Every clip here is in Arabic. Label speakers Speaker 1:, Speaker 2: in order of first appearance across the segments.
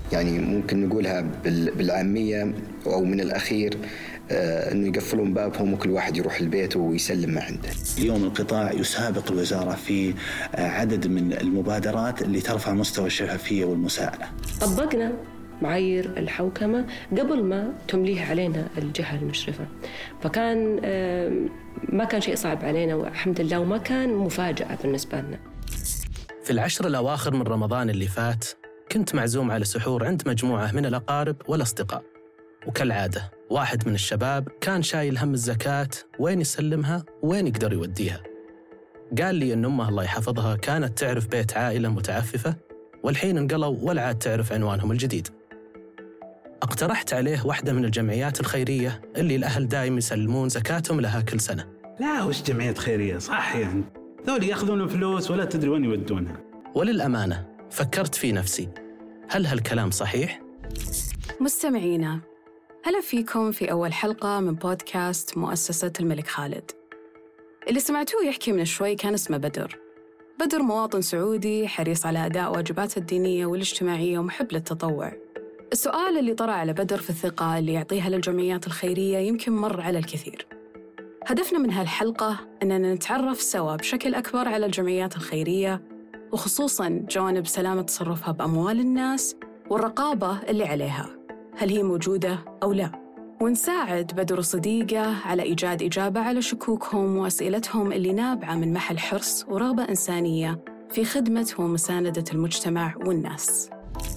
Speaker 1: يعني ممكن نقولها بالعامية أو من الأخير أنه يقفلون بابهم وكل واحد يروح البيت ويسلم ما عنده.
Speaker 2: اليوم القطاع يسابق الوزارة في عدد من المبادرات اللي ترفع مستوى الشفافية والمساءلة.
Speaker 3: طبقنا معايير الحوكمة قبل ما تمليه علينا الجهة المشرفة، فكان ما كان شيء صعب علينا والحمد لله، وما كان مفاجأة بالنسبة لنا.
Speaker 4: في العشر الأواخر من رمضان اللي فات كنت معزوم على سحور عند مجموعة من الأقارب والأصدقاء، وكالعادة واحد من الشباب كان شايل هم الزكاة، وين يسلمها وين يقدر يوديها. قال لي أن أمه الله يحفظها كانت تعرف بيت عائلة متعففة والحين انقلوا ولا عاد تعرف عنوانهم الجديد. اقترحت عليه واحدة من الجمعيات الخيرية اللي الأهل دائم يسلمون زكاتهم لها كل سنة.
Speaker 5: لا وش جمعية خيرية صح يعني، ذول يأخذون فلوس ولا تدري وين يودونها.
Speaker 4: وللأمانة فكرت في نفسي، هل هالكلام صحيح؟
Speaker 6: مستمعينا، هلا فيكم في أول حلقة من بودكاست مؤسسة الملك خالد. اللي سمعتوه يحكي من شوي كان اسمه بدر. بدر مواطن سعودي حريص على أداء واجباته الدينية والاجتماعية ومحب للتطوع. السؤال اللي طرأ على بدر في الثقة اللي يعطيها للجمعيات الخيرية يمكن مر على الكثير. هدفنا من هالحلقة أننا نتعرف سوا بشكل أكبر على الجمعيات الخيرية، وخصوصاً جوانب سلامة تصرفها بأموال الناس والرقابة اللي عليها، هل هي موجودة أو لا؟ ونساعد بدر وصديقه على إيجاد إجابة على شكوكهم وأسئلتهم اللي نابعة من محل حرص ورغبة إنسانية في خدمة ومساندة المجتمع والناس.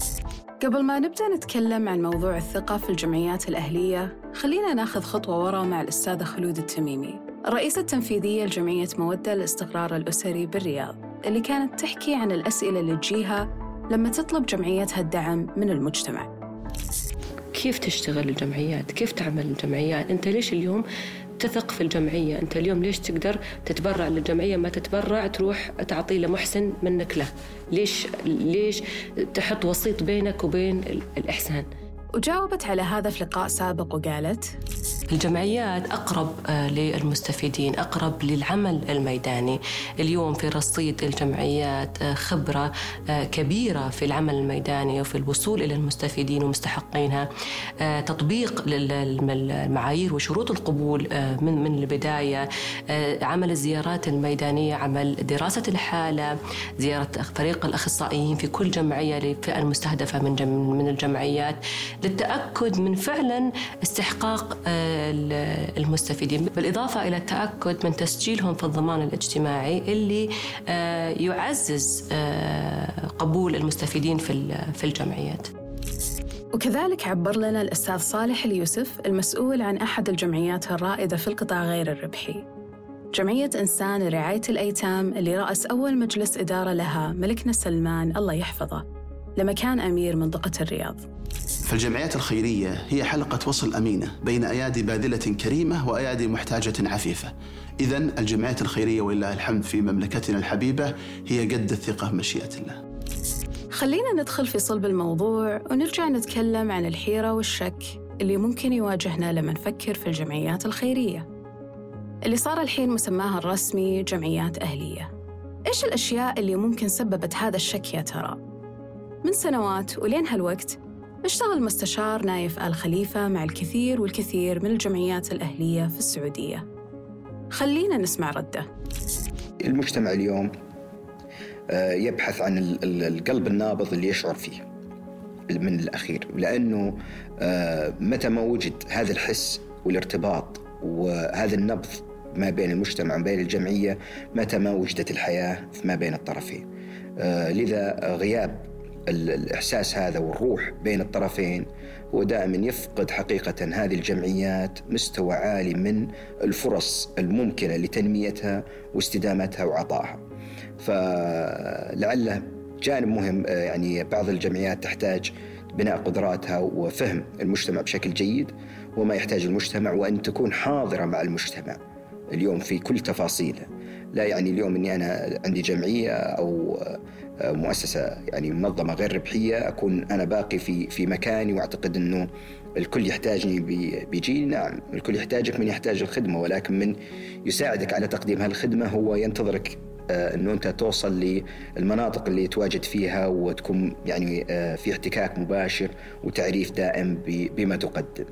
Speaker 6: قبل ما نبدأ نتكلم عن موضوع الثقة في الجمعيات الأهلية، خلينا ناخذ خطوة ورا مع الأستاذة خلود التميمي، الرئيسة التنفيذية لجمعية مودة للاستقرار الأسري بالرياض، اللي كانت تحكي عن الأسئلة اللي تجيها لما تطلب جمعيتها الدعم من المجتمع.
Speaker 3: كيف تشتغل الجمعيات؟ كيف تعمل الجمعيات؟ أنت ليش اليوم تثق في الجمعية؟ أنت اليوم ليش تقدر تتبرع للجمعية ما تتبرع تروح تعطي لمحسن منك له؟ ليش تحط وسيط بينك وبين الإحسان؟
Speaker 6: وجاوبت على هذا في لقاء سابق وقالت:
Speaker 3: الجمعيات أقرب للمستفيدين، أقرب للعمل الميداني. اليوم في رصيد الجمعيات خبرة كبيرة في العمل الميداني وفي الوصول إلى المستفيدين ومستحقينها، تطبيق المعايير وشروط القبول من البداية، عمل الزيارات الميدانية، عمل دراسة الحالة، زيارة فريق الأخصائيين في كل جمعية للفئة المستهدفة من الجمعيات للتأكد من فعلا استحقاق المستفيدين، بالإضافة إلى التأكد من تسجيلهم في الضمان الاجتماعي اللي يعزز قبول المستفيدين في الجمعيات.
Speaker 6: وكذلك عبر لنا الأستاذ صالح اليوسف المسؤول عن أحد الجمعيات الرائدة في القطاع غير الربحي، جمعية إنسان لرعاية الأيتام، اللي رأس أول مجلس إدارة لها ملكنا سلمان الله يحفظه لما كان أمير منطقة الرياض.
Speaker 7: فالجمعيات الخيرية هي حلقة وصل أمينة بين أيادي باذلة كريمة وأيادي محتاجة عفيفة. إذن الجمعيات الخيرية ولله الحمد في مملكتنا الحبيبة هي قد الثقة مشيئة الله.
Speaker 6: خلينا ندخل في صلب الموضوع ونرجع نتكلم عن الحيرة والشك اللي ممكن يواجهنا لما نفكر في الجمعيات الخيرية اللي صار الحين مسماها الرسمي جمعيات أهلية. إيش الأشياء اللي ممكن سببت هذا الشك يا ترى؟ من سنوات ولين هالوقت اشتغل مستشار نايف آل خليفة مع الكثير والكثير من الجمعيات الأهلية في السعودية. خلينا نسمع رده.
Speaker 1: المجتمع اليوم يبحث عن القلب النابض اللي يشعر فيه من الأخير، لأنه متى ما وجد هذا الحس والارتباط وهذا النبض ما بين المجتمع وبين الجمعية، متى ما وجدت الحياة ما بين الطرفين. لذا غياب الإحساس هذا والروح بين الطرفين هو دائما يفقد حقيقة هذه الجمعيات مستوى عالي من الفرص الممكنة لتنميتها واستدامتها وعطائها. فلعله جانب مهم، يعني بعض الجمعيات تحتاج بناء قدراتها وفهم المجتمع بشكل جيد وما يحتاج المجتمع، وأن تكون حاضرة مع المجتمع اليوم في كل تفاصيله. لا يعني اليوم أني أنا عندي جمعية أو مؤسسة يعني منظمة غير ربحية أكون أنا باقي في مكاني وأعتقد أنه الكل يحتاجني بيجي. نعم الكل يحتاجك، من يحتاج الخدمة، ولكن من يساعدك على تقديم هالخدمة هو ينتظرك أنه أنت توصل للمناطق اللي تواجد فيها وتكون يعني في احتكاك مباشر وتعريف دائم بما تقدم.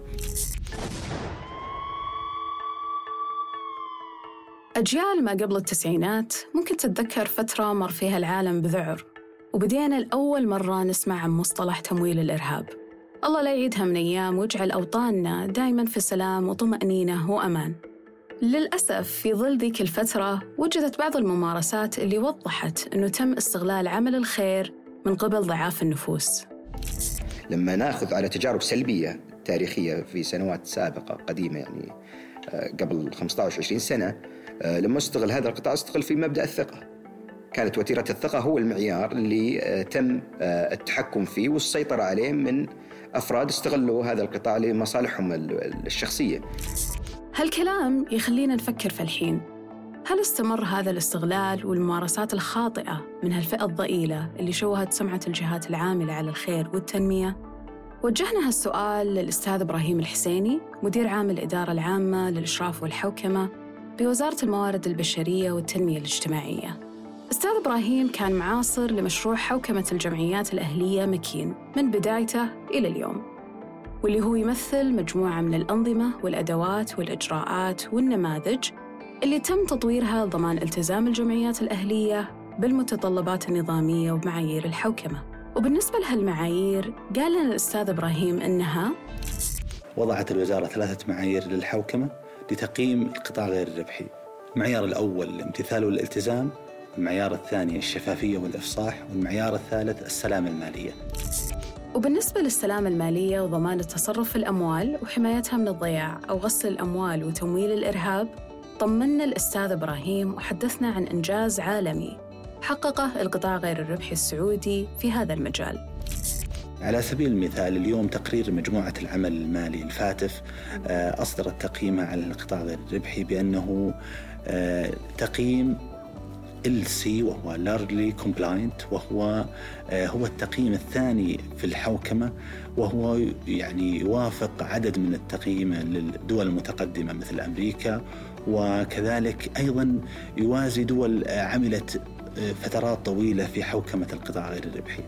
Speaker 6: أجيال ما قبل التسعينات ممكن تتذكر فترة مر فيها العالم بذعر، وبدينا لأول مرة نسمع عن مصطلح تمويل الإرهاب. الله لا يعيدها من أيام ويجعل أوطاننا دايماً في سلام وطمأنينة وأمان. للأسف في ظل ذيك الفترة وجدت بعض الممارسات اللي وضحت أنه تم استغلال عمل الخير من قبل ضعاف النفوس.
Speaker 1: لما ناخذ على تجارب سلبية تاريخية في سنوات سابقة قديمة، يعني قبل 15-20 سنة، لما استغل هذا القطاع استغل في مبدأ الثقة. كانت وتيرة الثقة هو المعيار اللي تم التحكم فيه والسيطرة عليه من أفراد استغلوا هذا القطاع لمصالحهم الشخصية.
Speaker 6: هالكلام يخلينا نفكر في الحين، هل استمر هذا الاستغلال والممارسات الخاطئة من هالفئة الضئيلة اللي شوهت سمعة الجهات العاملة على الخير والتنمية؟ وجهنا هالسؤال للأستاذ إبراهيم الحسيني، مدير عام الإدارة العامة للإشراف والحوكمة بوزارة الموارد البشرية والتنمية الاجتماعية. أستاذ إبراهيم كان معاصر لمشروع حوكمة الجمعيات الأهلية مكين من بدايته إلى اليوم، واللي هو يمثل مجموعة من الأنظمة والأدوات والإجراءات والنماذج اللي تم تطويرها لضمان التزام الجمعيات الأهلية بالمتطلبات النظامية ومعايير الحوكمة. وبالنسبة لهالمعايير قال لنا الأستاذ إبراهيم أنها
Speaker 2: وضعت الوزارة 3 معايير للحوكمة لتقييم القطاع غير الربحي. المعيار الأول الامتثال والالتزام، المعيار الثاني الشفافية والإفصاح، والمعيار الثالث السلامة المالية.
Speaker 6: وبالنسبة للسلامة المالية وضمان التصرف في الأموال وحمايتها من الضياع أو غسل الأموال وتمويل الإرهاب، طمنا الأستاذ إبراهيم وحدثنا عن إنجاز عالمي حققه القطاع غير الربحي السعودي في هذا المجال.
Speaker 2: على سبيل المثال اليوم تقرير مجموعة العمل المالي الفاتف أصدرت تقييمها على القطاع غير الربحي بأنه تقييم LC وهو Largely Compliant، وهو التقييم الثاني في الحوكمة، وهو يعني يوافق عدد من التقييم للدول المتقدمة مثل أمريكا، وكذلك أيضا يوازي دول عملت فترات طويلة في حوكمة القطاع غير الربحي.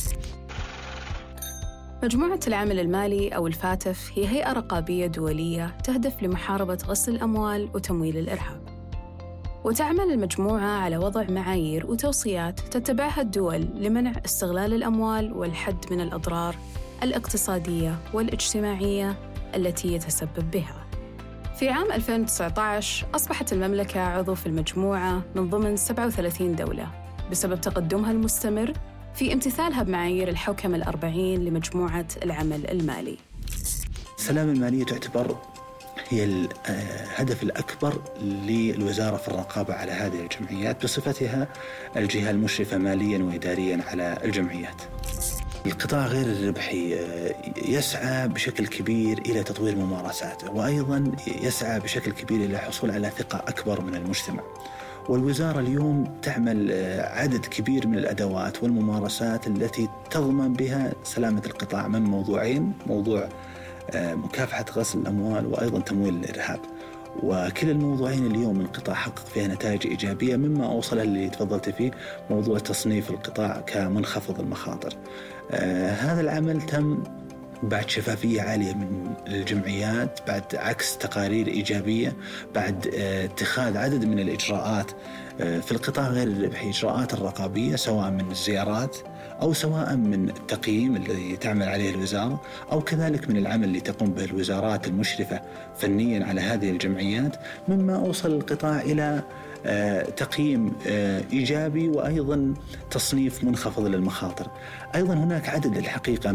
Speaker 6: مجموعة العمل المالي أو الفاتف هي هيئة رقابية دولية تهدف لمحاربة غسل الأموال وتمويل الإرهاب، وتعمل المجموعة على وضع معايير وتوصيات تتبعها الدول لمنع استغلال الأموال والحد من الأضرار الاقتصادية والاجتماعية التي يتسبب بها. في عام 2019 أصبحت المملكة عضو في المجموعة من ضمن 37 دولة بسبب تقدمها المستمر في امتثالها بمعايير الحوكمة 40 لمجموعة العمل المالي.
Speaker 2: السلامة المالية تعتبر هي الهدف الأكبر للوزارة في الرقابة على هذه الجمعيات بصفتها الجهة المشرفة مالياً وإدارياً على الجمعيات. القطاع غير الربحي يسعى بشكل كبير إلى تطوير ممارساته، وأيضاً يسعى بشكل كبير إلى الحصول على ثقة أكبر من المجتمع. والوزارة اليوم تعمل عدد كبير من الأدوات والممارسات التي تضمن بها سلامة القطاع من موضوعين: موضوع مكافحة غسل الأموال وأيضا تمويل الإرهاب. وكل الموضوعين اليوم القطاع حقق فيها نتائج إيجابية، مما أوصل اللي تفضلت فيه موضوع تصنيف القطاع كمنخفض المخاطر. هذا العمل تم بعد شفافية عالية من الجمعيات، بعد عكس تقارير إيجابية، بعد اتخاذ عدد من الإجراءات في القطاع غير الربحي، إجراءات الرقابية سواء من الزيارات أو سواء من التقييم الذي تعمل عليه الوزارة، أو كذلك من العمل اللي تقوم به الوزارات المشرفة فنيا على هذه الجمعيات، مما أوصل القطاع إلى تقييم إيجابي وأيضا تصنيف منخفض للمخاطر. أيضا هناك عدد الحقيقة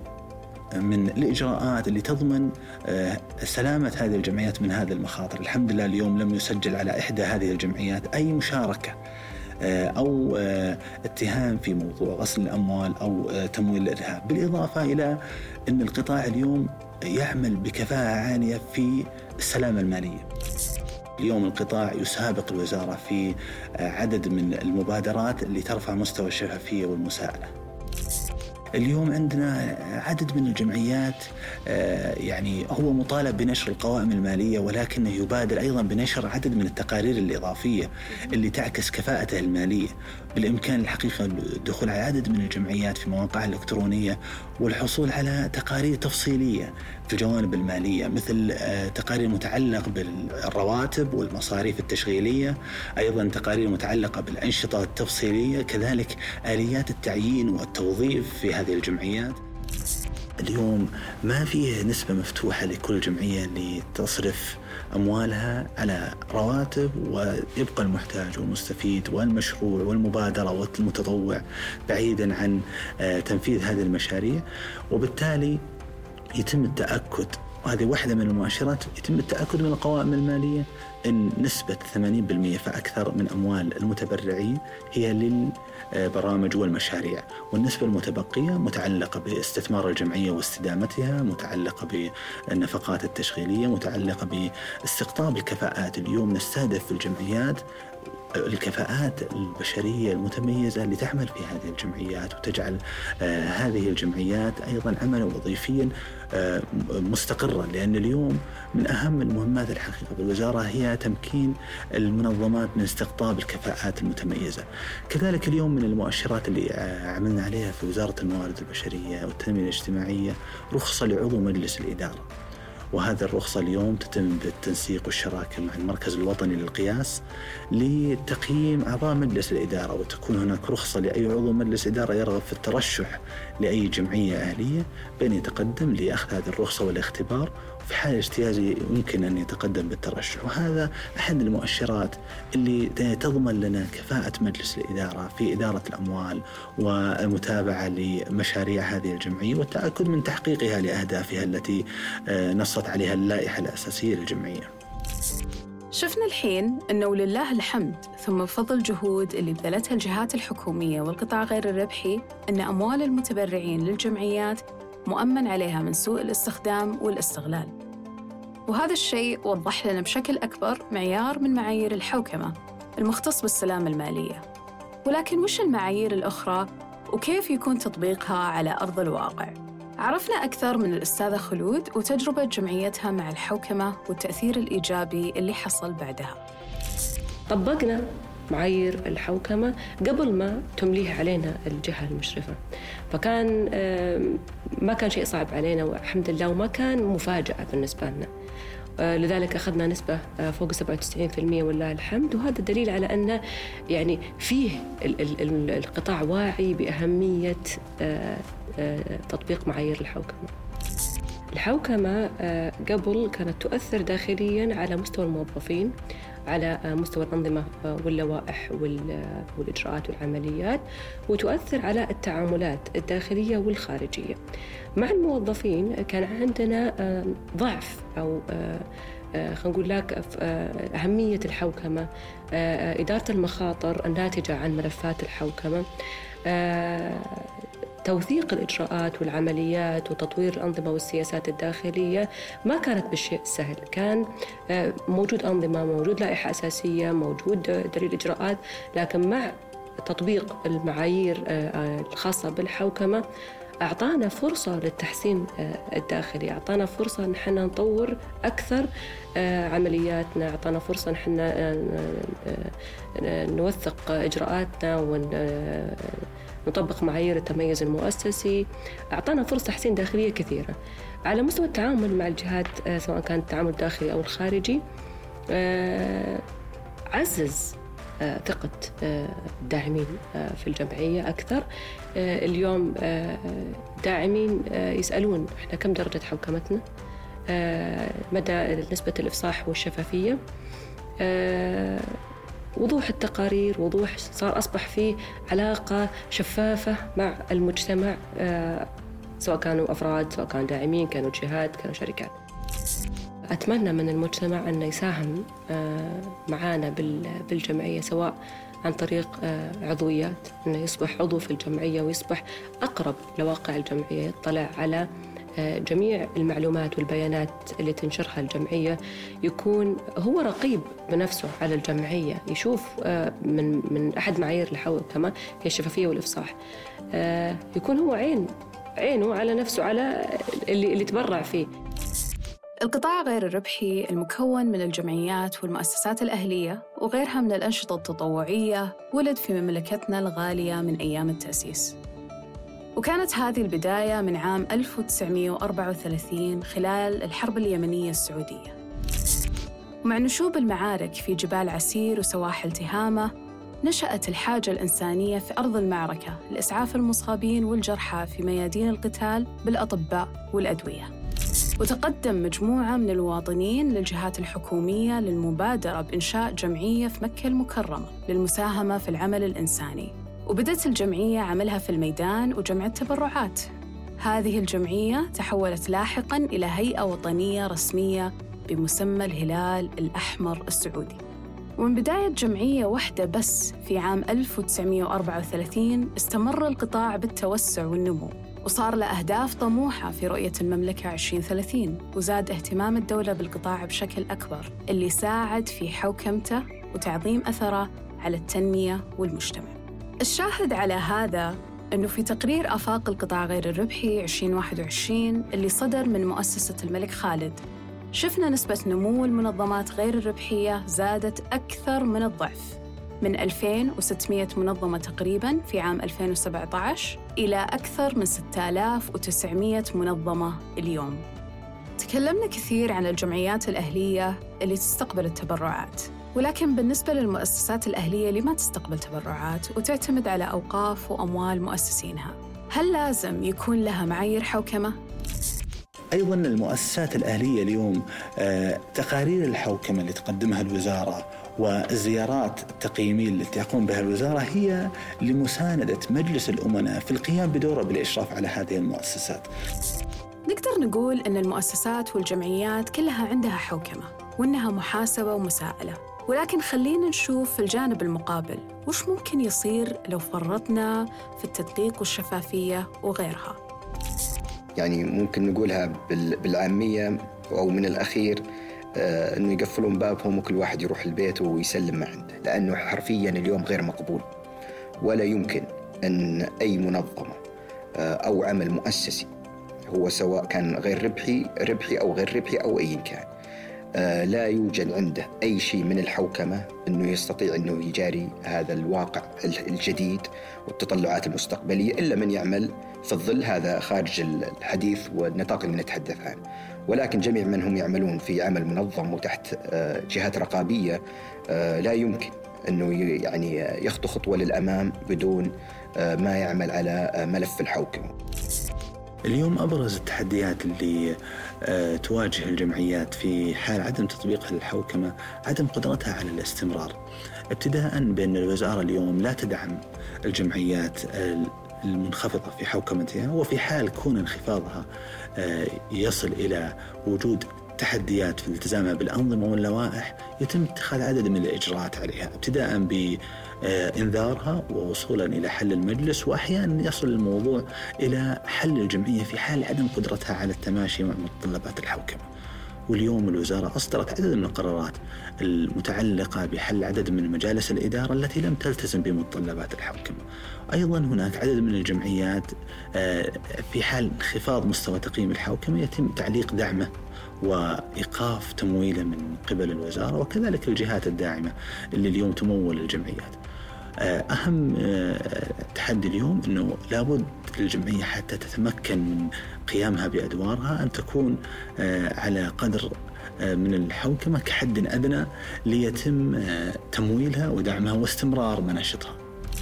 Speaker 2: من الإجراءات اللي تضمن سلامة هذه الجمعيات من هذه المخاطر. الحمد لله اليوم لم يسجل على إحدى هذه الجمعيات أي مشاركة أو اتهام في موضوع غسل الأموال أو تمويل الإرهاب، بالإضافة إلى أن القطاع اليوم يعمل بكفاءة عالية في السلامة المالية. اليوم القطاع يسابق الوزارة في عدد من المبادرات اللي ترفع مستوى الشفافية والمساءلة. اليوم عندنا عدد من الجمعيات يعني هو مطالب بنشر القوائم المالية، ولكنه يبادر أيضا بنشر عدد من التقارير الإضافية اللي تعكس كفاءته المالية. بالإمكان الحقيقة الدخول على عدد من الجمعيات في مواقعها الإلكترونية والحصول على تقارير تفصيلية في الجوانب المالية، مثل تقارير متعلقة بالرواتب والمصاريف التشغيلية، أيضا تقارير متعلقة بالأنشطة التفصيلية، كذلك آليات التعيين والتوظيف في هذه الجمعيات. اليوم ما فيه نسبة مفتوحة لكل جمعية لتصرف أموالها على رواتب، ويبقى المحتاج والمستفيد والمشروع والمبادرة والمتطوع بعيدا عن تنفيذ هذه المشاريع. وبالتالي يتم التأكد، وهذه واحدة من المؤشرات، يتم التأكد من القوائم المالية أن نسبة 80% فأكثر من أموال المتبرعين هي للبرامج والمشاريع، والنسبة المتبقية متعلقة باستثمار الجمعية واستدامتها، متعلقة بالنفقات التشغيلية، متعلقة باستقطاب الكفاءات. اليوم نستهدف في الجمعيات الكفاءات البشرية المتميزة اللي تعمل في هذه الجمعيات، وتجعل هذه الجمعيات أيضا عملا وظيفيا مستقرا، لأن اليوم من أهم المهمات الحقيقة بالوزارة هي تمكين المنظمات من استقطاب الكفاءات المتميزة. كذلك اليوم من المؤشرات اللي عملنا عليها في وزارة الموارد البشرية والتنمية الاجتماعية رخصة لعضو مجلس الإدارة، وهذه الرخصة اليوم تتم بالتنسيق والشراكة مع المركز الوطني للقياس لتقييم أعضاء مجلس الإدارة، وتكون هناك رخصة لأي عضو مجلس إدارة يرغب في الترشح لأي جمعية أهلية بأن يتقدم لأخذ هذه الرخصة والاختبار، وفي حال اجتيازه يمكن أن يتقدم بالترشح. وهذا أحد المؤشرات اللي تضمن لنا كفاءة مجلس الإدارة في إدارة الأموال والمتابعة لمشاريع هذه الجمعية والتأكد من تحقيقها لأهدافها التي نصت عليها اللائحة الأساسية للجمعية.
Speaker 6: شفنا الحين أنه ولله الحمد ثم بفضل جهود اللي بذلتها الجهات الحكومية والقطاع غير الربحي أن أموال المتبرعين للجمعيات مؤمن عليها من سوء الاستخدام والاستغلال. وهذا الشيء وضح لنا بشكل أكبر معيار من معايير الحوكمة المختص بالسلامة المالية. ولكن وش المعايير الأخرى وكيف يكون تطبيقها على أرض الواقع؟ عرفنا أكثر من الأستاذة خلود وتجربة جمعيتها مع الحوكمة والتأثير الإيجابي اللي حصل بعدها.
Speaker 3: طبقنا معايير الحوكمة قبل ما تمليه علينا الجهة المشرفة، فكان ما كان شيء صعب علينا والحمد لله، وما كان مفاجأة بالنسبة لنا. لذلك أخذنا نسبة فوق 97% والله الحمد، وهذا دليل على أن يعني فيه القطاع واعي بأهمية تطبيق معايير الحوكمة. الحوكمة قبل كانت تؤثر داخلياً على مستوى الموظفين، على مستوى الأنظمة واللوائح والإجراءات والعمليات، وتؤثر على التعاملات الداخلية والخارجية. مع الموظفين كان عندنا ضعف أو خلينا نقول لك أهمية الحوكمة، إدارة المخاطر الناتجة عن ملفات الحوكمة، توثيق الإجراءات والعمليات وتطوير الأنظمة والسياسات الداخلية ما كانت بالشيء السهل. كان موجود أنظمة، موجود لائحة أساسية، موجود دليل إجراءات، لكن مع تطبيق المعايير الخاصة بالحوكمة أعطانا فرصة للتحسين الداخلي، أعطانا فرصة نحن نطور أكثر عملياتنا، أعطانا فرصة نحن نوثق إجراءاتنا ونطبق معايير التميز المؤسسي، أعطانا فرص تحسين داخلية كثيرة. على مستوى التعامل مع الجهات سواء كان التعامل الداخلي أو الخارجي، عزز ثقة الداعمين في الجمعية أكثر. اليوم داعمين يسألون إحنا كم درجة حوكمتنا، مدى نسبة الإفصاح والشفافية، وضوح التقارير، وضوح أصبح فيه علاقة شفافة مع المجتمع، سواء كانوا أفراد، سواء كانوا داعمين، كانوا جهات، كانوا شركات. أتمنى من المجتمع أن يساهم معنا بالجمعية، سواء عن طريق عضويات، أنه يصبح عضو في الجمعية ويصبح أقرب لواقع الجمعية، يطلع على جميع المعلومات والبيانات اللي تنشرها الجمعية يكون هو رقيب بنفسه على الجمعية، يشوف من أحد معايير الحوكمة هي الشفافية والإفصاح، يكون هو عينه على نفسه، على اللي تبرع فيه.
Speaker 6: القطاع غير الربحي المكون من الجمعيات والمؤسسات الأهلية وغيرها من الأنشطة التطوعية ولد في مملكتنا الغالية من أيام التأسيس، وكانت هذه البداية من عام 1934 خلال الحرب اليمنية السعودية. ومع نشوب المعارك في جبال عسير وسواحل تهامة نشأت الحاجة الإنسانية في أرض المعركة لإسعاف المصابين والجرحى في ميادين القتال بالأطباء والأدوية. وتقدم مجموعة من المواطنين للجهات الحكومية للمبادرة بإنشاء جمعية في مكة المكرمة للمساهمة في العمل الإنساني، وبدأت الجمعية عملها في الميدان وجمع التبرعات. هذه الجمعية تحولت لاحقاً إلى هيئة وطنية رسمية بمسمى الهلال الأحمر السعودي. ومن بداية جمعية واحدة بس في عام 1934 استمر القطاع بالتوسع والنمو، وصار له أهداف طموحة في رؤية المملكة 2030، وزاد اهتمام الدولة بالقطاع بشكل أكبر اللي ساعد في حوكمته وتعظيم أثره على التنمية والمجتمع. الشاهد على هذا أنه في تقرير آفاق القطاع غير الربحي 2021 اللي صدر من مؤسسة الملك خالد، شفنا نسبة نمو المنظمات غير الربحية زادت أكثر من الضعف، من 2600 منظمة تقريباً في عام 2017 إلى أكثر من 6900 منظمة اليوم. تكلمنا كثير عن الجمعيات الأهلية اللي تستقبل التبرعات، ولكن بالنسبة للمؤسسات الأهلية اللي ما تستقبل تبرعات وتعتمد على أوقاف وأموال مؤسسينها، هل لازم يكون لها معايير حوكمة؟
Speaker 2: أيضاً المؤسسات الأهلية اليوم تقارير الحوكمة اللي تقدمها الوزارة والزيارات التقييمية التي تقوم بها الوزارة هي لمساندة مجلس الأمناء في القيام بدوره بالإشراف على هذه المؤسسات.
Speaker 6: نقدر نقول أن المؤسسات والجمعيات كلها عندها حوكمة وأنها محاسبة ومساءلة، ولكن خلينا نشوف في الجانب المقابل وش ممكن يصير لو فرطنا في التدقيق والشفافية وغيرها.
Speaker 1: يعني ممكن نقولها بالعامية أو من الأخير أنه يقفلون بابهم وكل واحد يروح البيت ويسلم ما عنده، لأنه حرفياً اليوم غير مقبول، ولا يمكن أن أي منظمة أو عمل مؤسسي هو سواء كان غير ربحي أو غير ربحي أو أي كان، لا يوجد عنده أي شيء من الحوكمة أنه يستطيع أنه يجاري هذا الواقع الجديد والتطلعات المستقبلية إلا من يعمل في الظل. هذا خارج الحديث والنطاق اللي نتحدث عنه، ولكن جميع من هم يعملون في عمل منظم وتحت جهات رقابية لا يمكن أنه يعني يخطو خطوة للأمام بدون ما يعمل على ملف الحوكمة.
Speaker 2: اليوم أبرز التحديات اللي تواجه الجمعيات في حال عدم تطبيقها للحوكمة عدم قدرتها على الاستمرار، ابتداء بأن الوزارة اليوم لا تدعم الجمعيات المنخفضة في حوكمتها، وفي حال كون انخفاضها يصل إلى وجود تحديات في التزامها بالأنظمة واللوائح يتم اتخاذ عدد من الإجراءات عليها، ابتداء بإنذارها ووصولا إلى حل المجلس، وأحيانا يصل الموضوع إلى حل الجمعية في حال عدم قدرتها على التماشي مع متطلبات الحوكمة. واليوم الوزارة أصدرت عدد من القرارات المتعلقة بحل عدد من مجالس الإدارة التي لم تلتزم بمتطلبات الحوكمة. أيضا هناك عدد من الجمعيات في حال انخفاض مستوى تقييم الحوكمة يتم تعليق دعمه وإيقاف تمويله من قبل الوزارة وكذلك الجهات الداعمة اللي اليوم تمول الجمعيات. أهم تحدي اليوم أنه لابد للجمعية حتى تتمكن من قيامها بأدوارها أن تكون على قدر من الحوكمة كحد أدنى ليتم تمويلها ودعمها واستمرار مناشطها.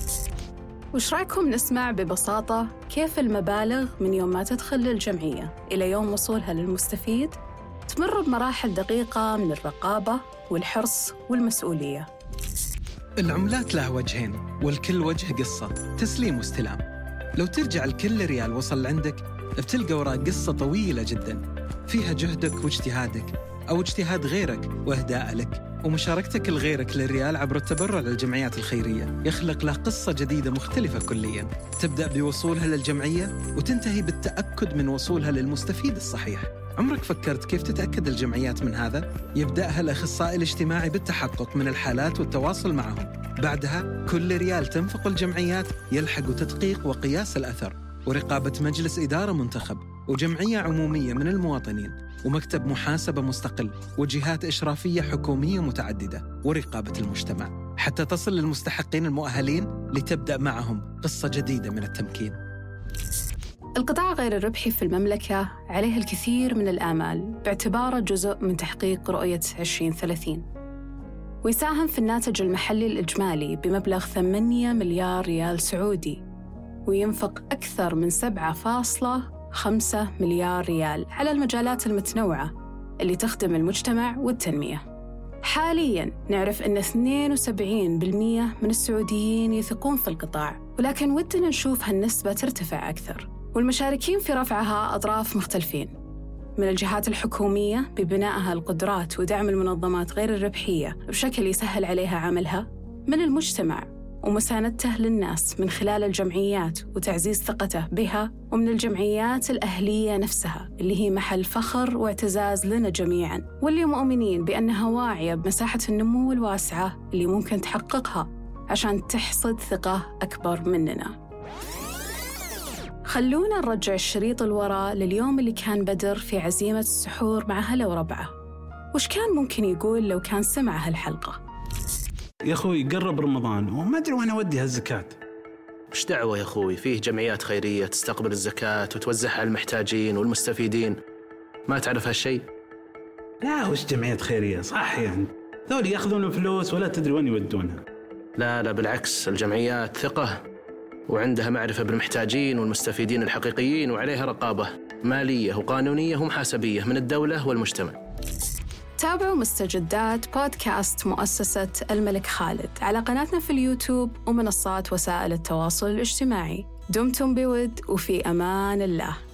Speaker 6: وش رأيكم نسمع ببساطة كيف المبالغ من يوم ما تدخل للجمعية إلى يوم وصولها للمستفيد تمر بمراحل دقيقة من الرقابة والحرص والمسؤولية.
Speaker 8: العملات لها وجهين والكل وجه قصة تسليم واستلام. لو ترجع لكل ريال وصل عندك بتلقى وراء قصة طويلة جدا فيها جهدك واجتهادك أو اجتهاد غيرك وإهداء لك. ومشاركتك لغيرك للريال عبر التبرع للجمعيات الخيرية يخلق له قصة جديدة مختلفة كلياً، تبدأ بوصولها للجمعية وتنتهي بالتأكد من وصولها للمستفيد الصحيح. عمرك فكرت كيف تتأكد الجمعيات من هذا؟ يبدأها الأخصائي الاجتماعي بالتحقق من الحالات والتواصل معهم. بعدها كل ريال تنفق الجمعيات يلحق تدقيق وقياس الأثر، ورقابة مجلس إدارة منتخب، وجمعية عمومية من المواطنين، ومكتب محاسبة مستقل، وجهات إشرافية حكومية متعددة، ورقابة المجتمع، حتى تصل للمستحقين المؤهلين لتبدأ معهم قصة جديدة من التمكين.
Speaker 6: القطاع غير الربحي في المملكة عليه الكثير من الآمال باعتباره جزء من تحقيق رؤية 2030، ويساهم في الناتج المحلي الإجمالي بمبلغ 8 مليار ريال سعودي، وينفق أكثر من 7.5 مليار ريال على المجالات المتنوعة اللي تخدم المجتمع والتنمية. حالياً نعرف أن 72% من السعوديين يثقون في القطاع، ولكن ودنا نشوف هالنسبة ترتفع أكثر. والمشاركين في رفعها أطراف مختلفين، من الجهات الحكومية ببنائها القدرات ودعم المنظمات غير الربحية بشكل يسهل عليها عملها، من المجتمع ومساندته للناس من خلال الجمعيات وتعزيز ثقته بها، ومن الجمعيات الأهلية نفسها اللي هي محل فخر واعتزاز لنا جميعاً، واللي مؤمنين بأنها واعية بمساحة النمو الواسعة اللي ممكن تحققها عشان تحصد ثقة أكبر مننا. خلونا نرجع الشريط الوراء لليوم اللي كان بدر في عزيمة السحور مع هلا وربعه. وش كان ممكن يقول لو كان سمع هالحلقة؟
Speaker 5: يا أخوي قرب رمضان وما أدري وين أودي هالزكاة.
Speaker 4: مش دعوة يا أخوي، فيه جمعيات خيرية تستقبل الزكاة وتوزعها على المحتاجين والمستفيدين. ما تعرف هالشيء؟
Speaker 5: لا وش جمعيات خيرية صح يعني، ذول يأخذون الفلوس ولا تدري وين يودونها.
Speaker 4: لا بالعكس، الجمعيات ثقة وعندها معرفة بالمحتاجين والمستفيدين الحقيقيين، وعليها رقابة مالية وقانونية ومحاسبية من الدولة والمجتمع.
Speaker 6: تابعوا مستجدات بودكاست مؤسسة الملك خالد على قناتنا في اليوتيوب ومنصات وسائل التواصل الاجتماعي. دمتم بود وفي أمان الله.